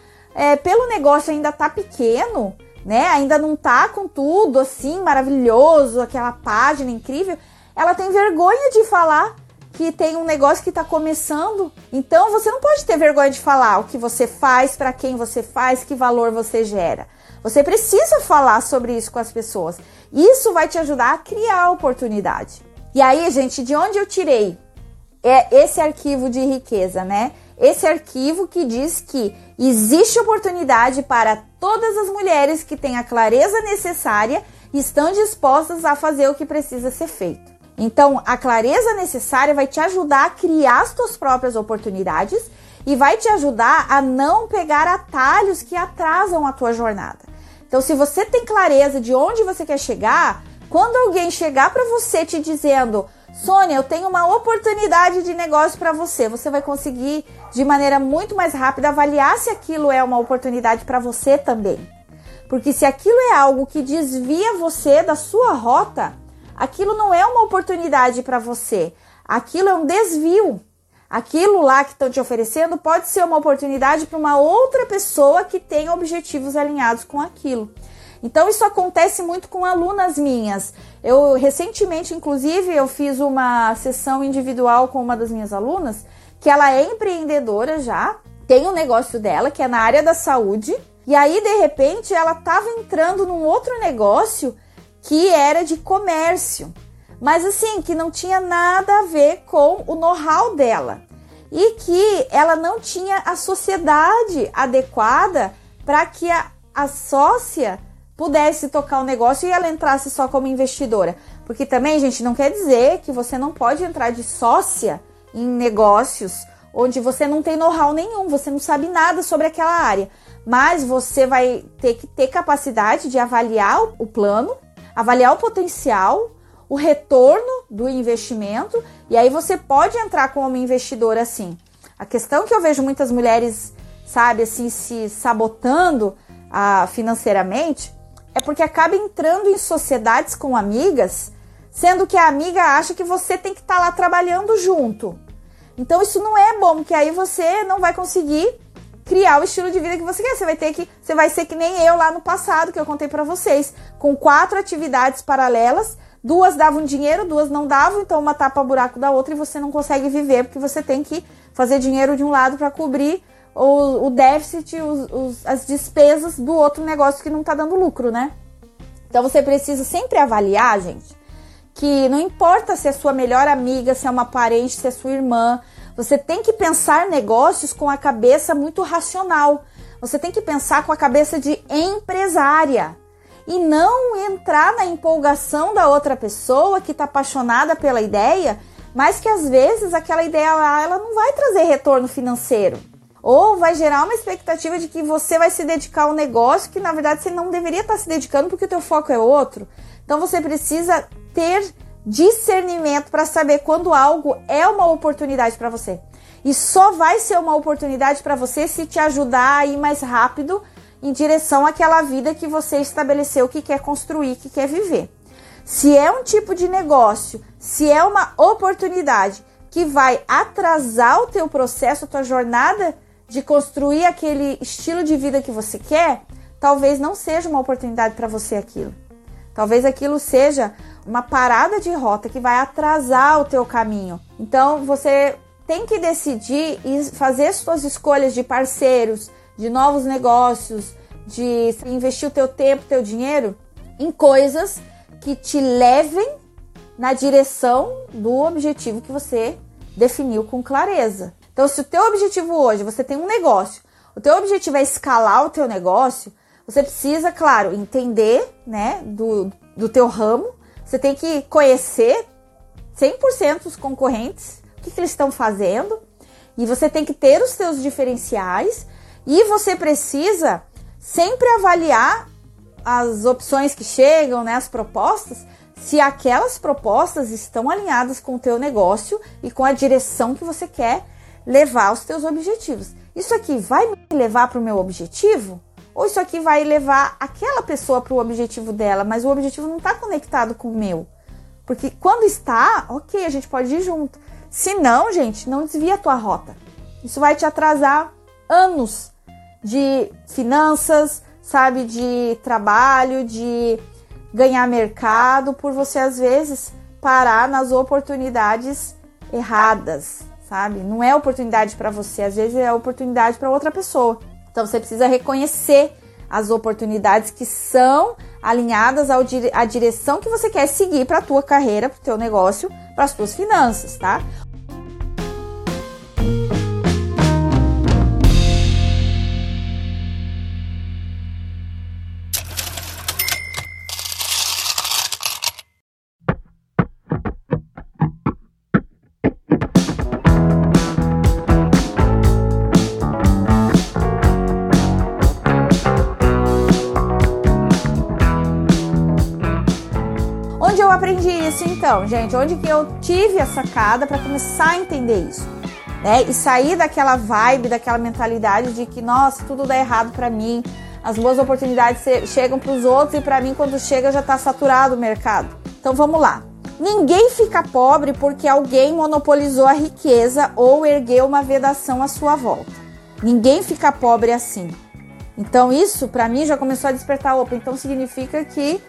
pelo negócio ainda tá pequeno, né? Ainda não tá com tudo assim maravilhoso, aquela página incrível, ela tem vergonha de falar que tem um negócio que está começando. Então você não pode ter vergonha de falar o que você faz, para quem você faz, que valor você gera. Você precisa falar sobre isso com as pessoas. Isso vai te ajudar a criar oportunidade. E aí, gente, de onde eu tirei esse arquivo de riqueza, né? esse arquivo que diz que existe oportunidade para todas as mulheres que têm a clareza necessária e estão dispostas a fazer o que precisa ser feito. Então, a clareza necessária vai te ajudar a criar as tuas próprias oportunidades e vai te ajudar a não pegar atalhos que atrasam a tua jornada. Então, se você tem clareza de onde você quer chegar, quando alguém chegar para você te dizendo: Sônia, eu tenho uma oportunidade de negócio para você, você vai conseguir de maneira muito mais rápida avaliar se aquilo é uma oportunidade para você também. Porque se aquilo é algo que desvia você da sua rota, aquilo não é uma oportunidade para você, aquilo é um desvio. Aquilo lá que estão te oferecendo pode ser uma oportunidade para uma outra pessoa que tem objetivos alinhados com aquilo. Então isso acontece muito com alunas minhas. Eu recentemente, inclusive, eu fiz uma sessão individual com uma das minhas alunas, que ela é empreendedora já, tem um negócio dela, que é na área da saúde, e aí, de repente, ela estava entrando num outro negócio que era de comércio, mas assim, que não tinha nada a ver com o know-how dela, e que ela não tinha a sociedade adequada para que a sócia pudesse tocar o negócio e ela entrasse só como investidora. Porque também, gente, não quer dizer que você não pode entrar de sócia em negócios onde você não tem know-how nenhum, você não sabe nada sobre aquela área. Mas você vai ter que ter capacidade de avaliar o plano, avaliar o potencial, o retorno do investimento, e aí você pode entrar como investidora assim. A questão que eu vejo muitas mulheres, sabe, assim, se sabotando financeiramente, é porque acaba entrando em sociedades com amigas, sendo que a amiga acha que você tem que estar lá trabalhando junto. Então isso não é bom, porque aí você não vai conseguir criar o estilo de vida que você quer. Você vai ser que nem eu lá no passado, que eu contei pra vocês, com 4 atividades paralelas, 2 davam dinheiro, 2 não davam, então uma tapa buraco da outra e você não consegue viver, porque você tem que fazer dinheiro de um lado para cobrir o déficit, as despesas do outro negócio que não tá dando lucro, né? Então você precisa sempre avaliar, gente, que não importa se é sua melhor amiga, se é uma parente, se é sua irmã, você tem que pensar negócios com a cabeça muito racional. Você tem que pensar com a cabeça de empresária e não entrar na empolgação da outra pessoa que está apaixonada pela ideia, mas que às vezes aquela ideia lá, ela não vai trazer retorno financeiro. Ou vai gerar uma expectativa de que você vai se dedicar a um negócio que na verdade você não deveria estar se dedicando porque o teu foco é outro. Então você precisa ter discernimento para saber quando algo é uma oportunidade para você. E só vai ser uma oportunidade para você se te ajudar a ir mais rápido em direção àquela vida que você estabeleceu, que quer construir, que quer viver. Se é um tipo de negócio, se é uma oportunidade que vai atrasar o teu processo, a tua jornada de construir aquele estilo de vida que você quer, talvez não seja uma oportunidade para você aquilo. Talvez aquilo seja uma parada de rota que vai atrasar o teu caminho. Então, você tem que decidir e fazer suas escolhas de parceiros, de novos negócios, de investir o teu tempo, o teu dinheiro em coisas que te levem na direção do objetivo que você definiu com clareza. Então, se o teu objetivo hoje, você tem um negócio, o teu objetivo é escalar o teu negócio, você precisa, claro, entender, né, do teu ramo. Você tem que conhecer 100% os concorrentes, o que eles estão fazendo, e você tem que ter os seus diferenciais, e você precisa sempre avaliar as opções que chegam, né, as propostas, se aquelas propostas estão alinhadas com o teu negócio e com a direção que você quer levar aos teus objetivos. Isso aqui vai me levar para o meu objetivo? Ou isso aqui vai levar aquela pessoa para o objetivo dela, mas o objetivo não está conectado com o meu? Porque quando está, ok, a gente pode ir junto. Se não, gente, não desvia a tua rota. Isso vai te atrasar anos de finanças, sabe, de trabalho, de ganhar mercado, por você às vezes parar nas oportunidades erradas, sabe? Não é oportunidade para você, às vezes é oportunidade para outra pessoa. Então você precisa reconhecer as oportunidades que são alinhadas à direção que você quer seguir para a tua carreira, para o teu negócio, para as tuas finanças, tá? Então, gente, onde que eu tive a sacada para começar a entender isso, né? E sair daquela vibe, daquela mentalidade de que, nossa, tudo dá errado para mim, as boas oportunidades chegam para os outros e para mim, quando chega, já está saturado o mercado. Então, vamos lá. Ninguém fica pobre porque alguém monopolizou a riqueza ou ergueu uma vedação à sua volta. Ninguém fica pobre assim. Então, isso, para mim, já começou a despertar. Opa, então significa que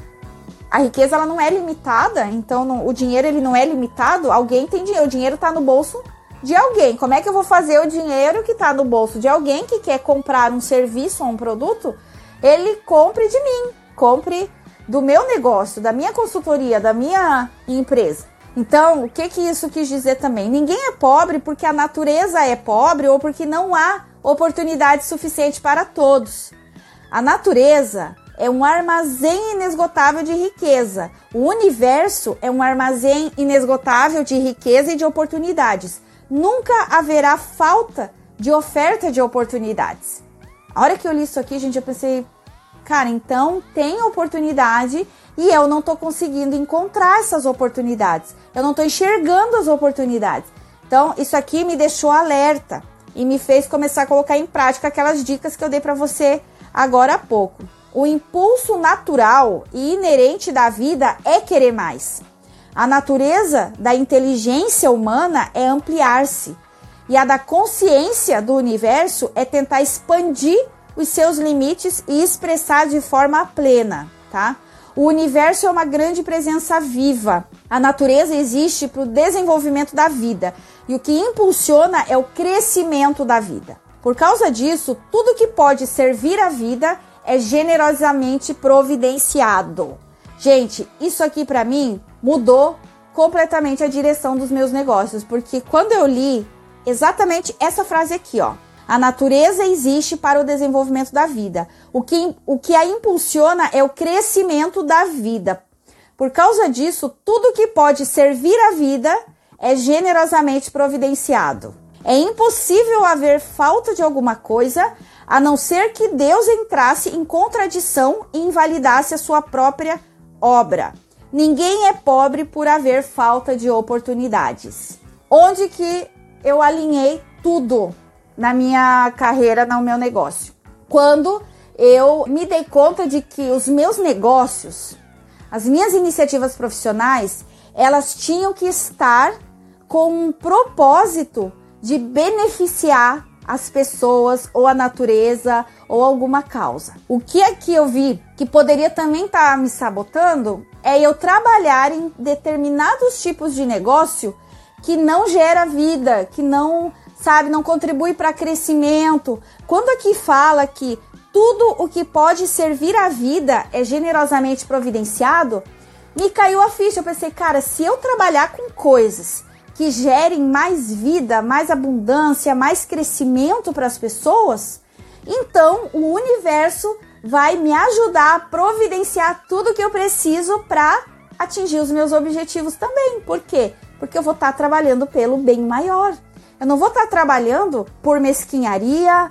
a riqueza ela não é limitada, então o dinheiro ele não é limitado, alguém tem dinheiro, o dinheiro está no bolso de alguém. Como é que eu vou fazer o dinheiro que está no bolso de alguém que quer comprar um serviço ou um produto, ele compre de mim, compre do meu negócio, da minha consultoria, da minha empresa. Então, o que isso quis dizer também? Ninguém é pobre porque a natureza é pobre ou porque não há oportunidade suficiente para todos. A natureza é um armazém inesgotável de riqueza. O universo é um armazém inesgotável de riqueza e de oportunidades. Nunca haverá falta de oferta de oportunidades. A hora que eu li isso aqui, gente, eu pensei, cara, então tem oportunidade e eu não estou conseguindo encontrar essas oportunidades. Eu não estou enxergando as oportunidades. Então, isso aqui me deixou alerta e me fez começar a colocar em prática aquelas dicas que eu dei para você agora há pouco. O impulso natural e inerente da vida é querer mais. A natureza da inteligência humana é ampliar-se. E a da consciência do universo é tentar expandir os seus limites e expressar de forma plena, tá? O universo é uma grande presença viva. A natureza existe para o desenvolvimento da vida. E o que impulsiona é o crescimento da vida. Por causa disso, tudo que pode servir a vida é generosamente providenciado. Gente, isso aqui para mim mudou completamente a direção dos meus negócios, porque quando eu li exatamente essa frase aqui, ó, a natureza existe para o desenvolvimento da vida. O que a impulsiona é o crescimento da vida. Por causa disso, tudo que pode servir a vida é generosamente providenciado. É impossível haver falta de alguma coisa, a não ser que Deus entrasse em contradição e invalidasse a sua própria obra. Ninguém é pobre por haver falta de oportunidades. Onde que eu alinhei tudo na minha carreira, no meu negócio? Quando eu me dei conta de que os meus negócios, as minhas iniciativas profissionais, elas tinham que estar com um propósito de beneficiar as pessoas ou a natureza ou alguma causa. O que aqui eu vi que poderia também estar me sabotando é eu trabalhar em determinados tipos de negócio que não gera vida, que não contribui para crescimento. Quando aqui fala que tudo o que pode servir à vida é generosamente providenciado, me caiu a ficha. Eu pensei, cara, se eu trabalhar com coisas que gerem mais vida, mais abundância, mais crescimento para as pessoas, então o universo vai me ajudar a providenciar tudo que eu preciso para atingir os meus objetivos também. Por quê? Porque eu vou estar trabalhando pelo bem maior. Eu não vou estar trabalhando por mesquinharia,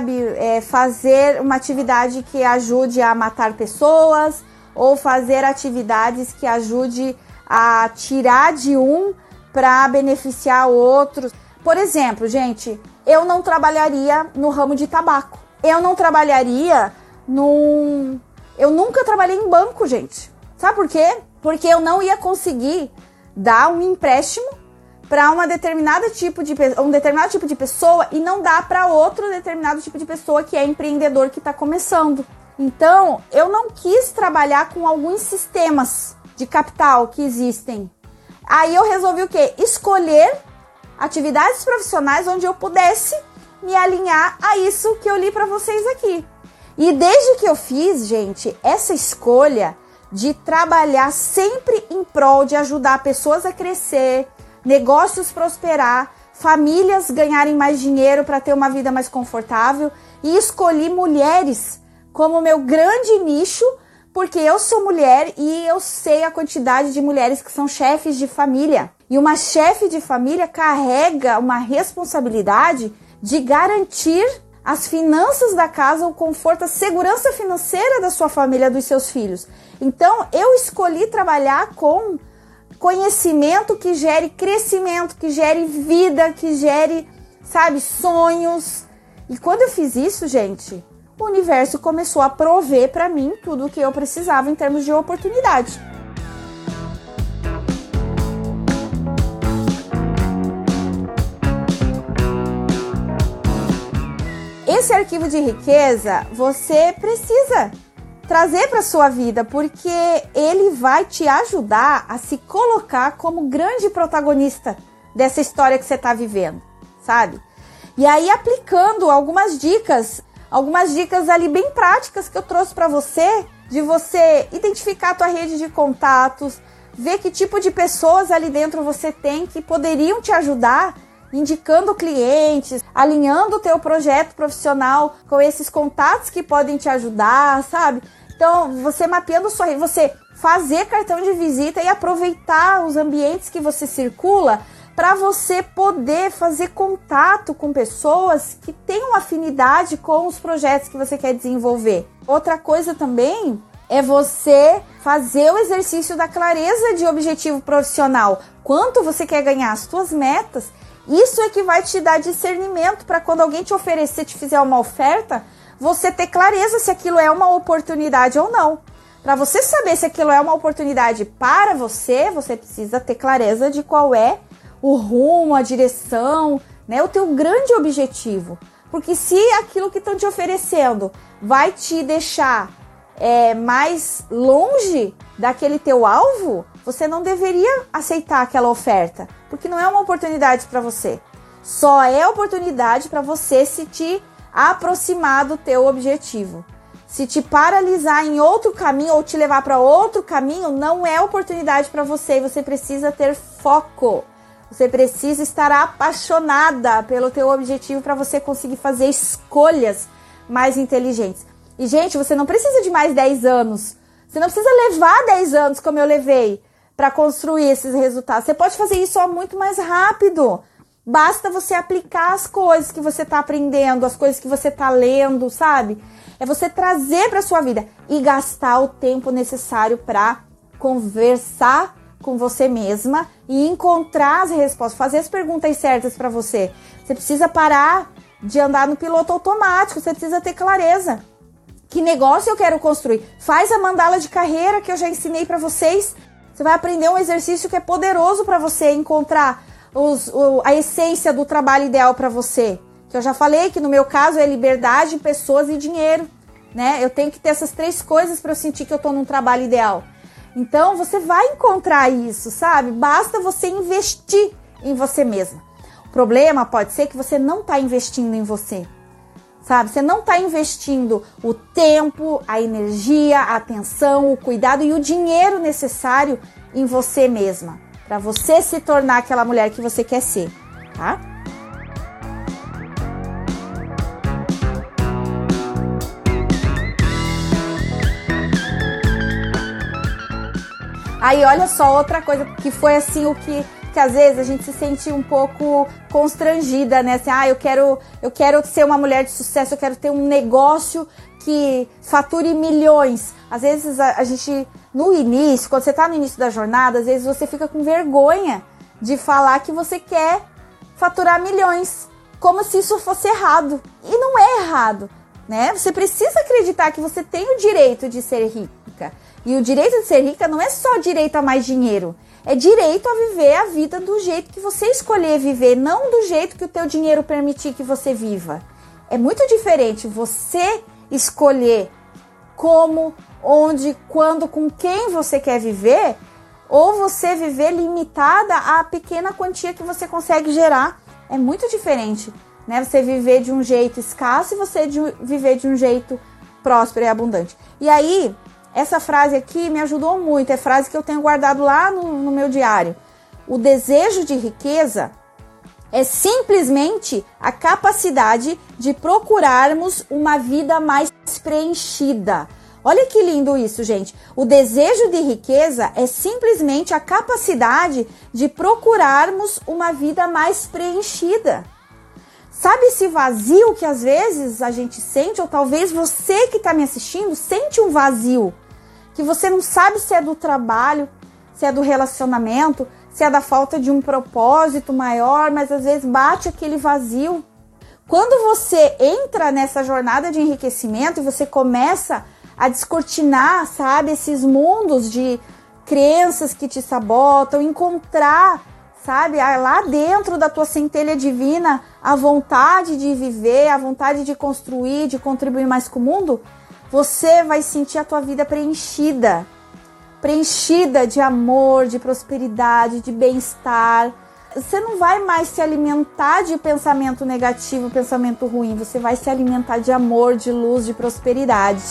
fazer uma atividade que ajude a matar pessoas ou fazer atividades que ajude a tirar de um para beneficiar outros. Por exemplo, gente, eu não trabalharia no ramo de tabaco. Eu não trabalharia Eu nunca trabalhei em banco, gente. Sabe por quê? Porque eu não ia conseguir dar um empréstimo para um determinado tipo de pessoa e não dá para outro determinado tipo de pessoa que é empreendedor, que está começando. Então, eu não quis trabalhar com alguns sistemas de capital que existem. Aí eu resolvi o quê? Escolher atividades profissionais onde eu pudesse me alinhar a isso que eu li para vocês aqui. E desde que eu fiz, gente, essa escolha de trabalhar sempre em prol de ajudar pessoas a crescer, negócios prosperar, famílias ganharem mais dinheiro para ter uma vida mais confortável, e escolhi mulheres como meu grande nicho, porque eu sou mulher e eu sei a quantidade de mulheres que são chefes de família. E uma chefe de família carrega uma responsabilidade de garantir as finanças da casa, o conforto, a segurança financeira da sua família, dos seus filhos. Então, eu escolhi trabalhar com conhecimento que gere crescimento, que gere vida, que gere, sabe, sonhos. E quando eu fiz isso, gente, o universo começou a prover para mim tudo o que eu precisava em termos de oportunidade. Esse arquivo de riqueza você precisa trazer para sua vida, porque ele vai te ajudar a se colocar como grande protagonista dessa história que você está vivendo, sabe? E aí, aplicando algumas dicas ali bem práticas que eu trouxe para você, de você identificar a tua rede de contatos, ver que tipo de pessoas ali dentro você tem que poderiam te ajudar, indicando clientes, alinhando o teu projeto profissional com esses contatos que podem te ajudar, sabe? Então, você mapeando sua rede, você fazer cartão de visita e aproveitar os ambientes que você circula para você poder fazer contato com pessoas que tenham afinidade com os projetos que você quer desenvolver. Outra coisa também é você fazer o exercício da clareza de objetivo profissional. Quanto você quer ganhar, as suas metas. Isso é que vai te dar discernimento para quando alguém te oferecer, te fizer uma oferta, você ter clareza se aquilo é uma oportunidade ou não. Para você saber se aquilo é uma oportunidade para você, você precisa ter clareza de qual é o rumo, a direção, né, o teu grande objetivo. Porque se aquilo que estão te oferecendo vai te deixar mais longe daquele teu alvo, você não deveria aceitar aquela oferta, porque não é uma oportunidade para você. Só é oportunidade para você se te aproximar do teu objetivo. Se te paralisar em outro caminho ou te levar para outro caminho, não é oportunidade para você. E você precisa ter foco. Você precisa estar apaixonada pelo teu objetivo para você conseguir fazer escolhas mais inteligentes. E, gente, você não precisa de mais 10 anos. Você não precisa levar 10 anos como eu levei para construir esses resultados. Você pode fazer isso muito mais rápido. Basta você aplicar as coisas que você está aprendendo, as coisas que você está lendo, sabe? É você trazer para sua vida e gastar o tempo necessário para conversar com você mesma e encontrar as respostas, fazer as perguntas certas para você. Você precisa parar de andar no piloto automático, você precisa ter clareza. Que negócio eu quero construir? Faz a mandala de carreira que eu já ensinei para vocês. Você vai aprender um exercício que é poderoso para você encontrar a essência do trabalho ideal para você. Que eu já falei que no meu caso é liberdade, pessoas e dinheiro, né? Eu tenho que ter essas 3 coisas para eu sentir que eu estou num trabalho ideal. Então você vai encontrar isso, sabe? Basta você investir em você mesma. O problema pode ser que você não está investindo em você, sabe? Você não está investindo o tempo, a energia, a atenção, o cuidado e o dinheiro necessário em você mesma, para você se tornar aquela mulher que você quer ser, tá? Aí, olha só, outra coisa que foi assim, o que às vezes a gente se sente um pouco constrangida, né? Assim, eu quero ser uma mulher de sucesso, eu quero ter um negócio que fature milhões. Às vezes a gente, no início, quando você tá no início da jornada, às vezes você fica com vergonha de falar que você quer faturar milhões, como se isso fosse errado. E não é errado, né? Você precisa acreditar que você tem o direito de ser rica. E o direito de ser rica não é só direito a mais dinheiro, é direito a viver a vida do jeito que você escolher viver, não do jeito que o teu dinheiro permitir que você viva. É muito diferente você escolher como, onde, quando, com quem você quer viver, ou você viver limitada à pequena quantia que você consegue gerar. É muito diferente, né? Você viver de um jeito escasso e você viver de um jeito próspero e abundante. E aí, essa frase aqui me ajudou muito, é frase que eu tenho guardado lá no meu diário. O desejo de riqueza é simplesmente a capacidade de procurarmos uma vida mais preenchida. Olha que lindo isso, gente. O desejo de riqueza é simplesmente a capacidade de procurarmos uma vida mais preenchida. Sabe esse vazio que às vezes a gente sente, ou talvez você que está me assistindo sente um vazio, que você não sabe se é do trabalho, se é do relacionamento, se é da falta de um propósito maior, mas às vezes bate aquele vazio. Quando você entra nessa jornada de enriquecimento e você começa a descortinar, sabe, esses mundos de crenças que te sabotam, encontrar, sabe, lá dentro da tua centelha divina, a vontade de viver, a vontade de construir, de contribuir mais com o mundo, você vai sentir a tua vida preenchida de amor, de prosperidade, de bem-estar. Você não vai mais se alimentar de pensamento negativo, pensamento ruim, você vai se alimentar de amor, de luz, de prosperidade.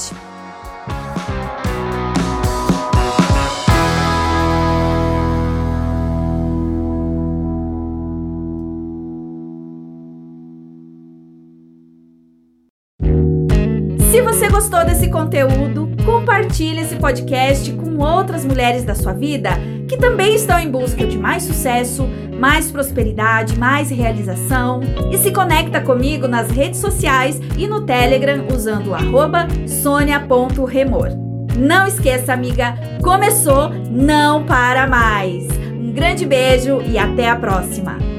Se você gostou desse conteúdo, compartilhe esse podcast com outras mulheres da sua vida que também estão em busca de mais sucesso, mais prosperidade, mais realização. E se conecta comigo nas redes sociais e no Telegram usando o @sonia.remor. Não esqueça, amiga, começou, não para mais. Um grande beijo e até a próxima!